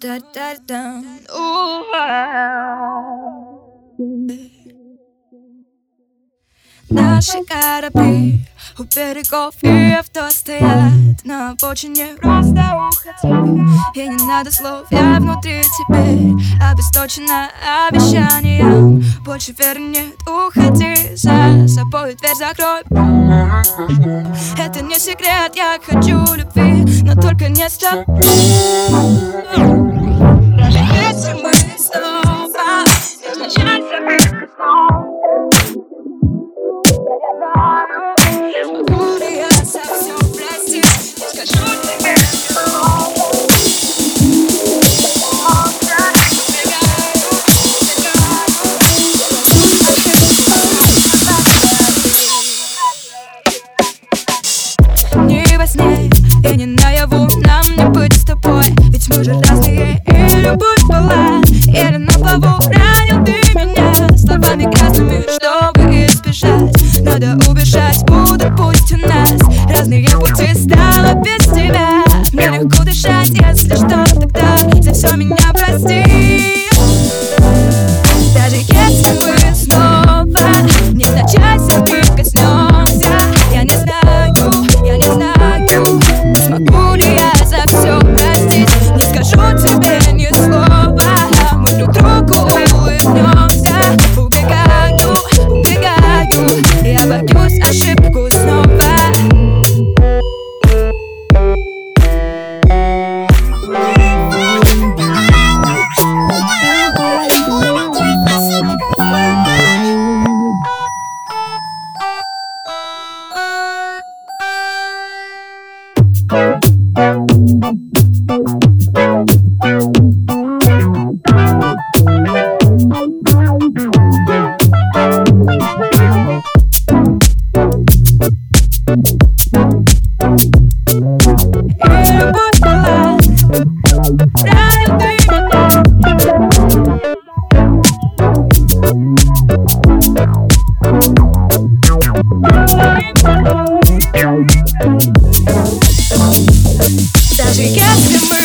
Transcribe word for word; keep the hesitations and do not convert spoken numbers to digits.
Наши корабли у берегов и авто стоят на обочине, просто уходи. И не надо слов, я внутри теперь обесточена обещанием. Больше веры нет, уходи, за собой дверь закрой. Это не секрет, я хочу любви, но только не с тобой. Даже если мы снова не случайно, смогу ли я совсем простить? Не скажу тебе слов. Не во сне и не наяву нам не быть с тобой, ведь мы же разные, и любовь была или на плаву. Ранил ты меня словами грязными, чтобы избежать. Надо убежать, будут пусть у нас разные пути, стало без тебя. Мне легко дышать, если что, тогда за все меня прости. Даже если мы снова невзначай прикоснемся, я не знаю, я не знаю, смогу ли я за все простить. Не скажу тебе ни слова, мы друг другу улыбнемся. Убегаю, убегаю, я боюсь ошибку снова. Даже если мы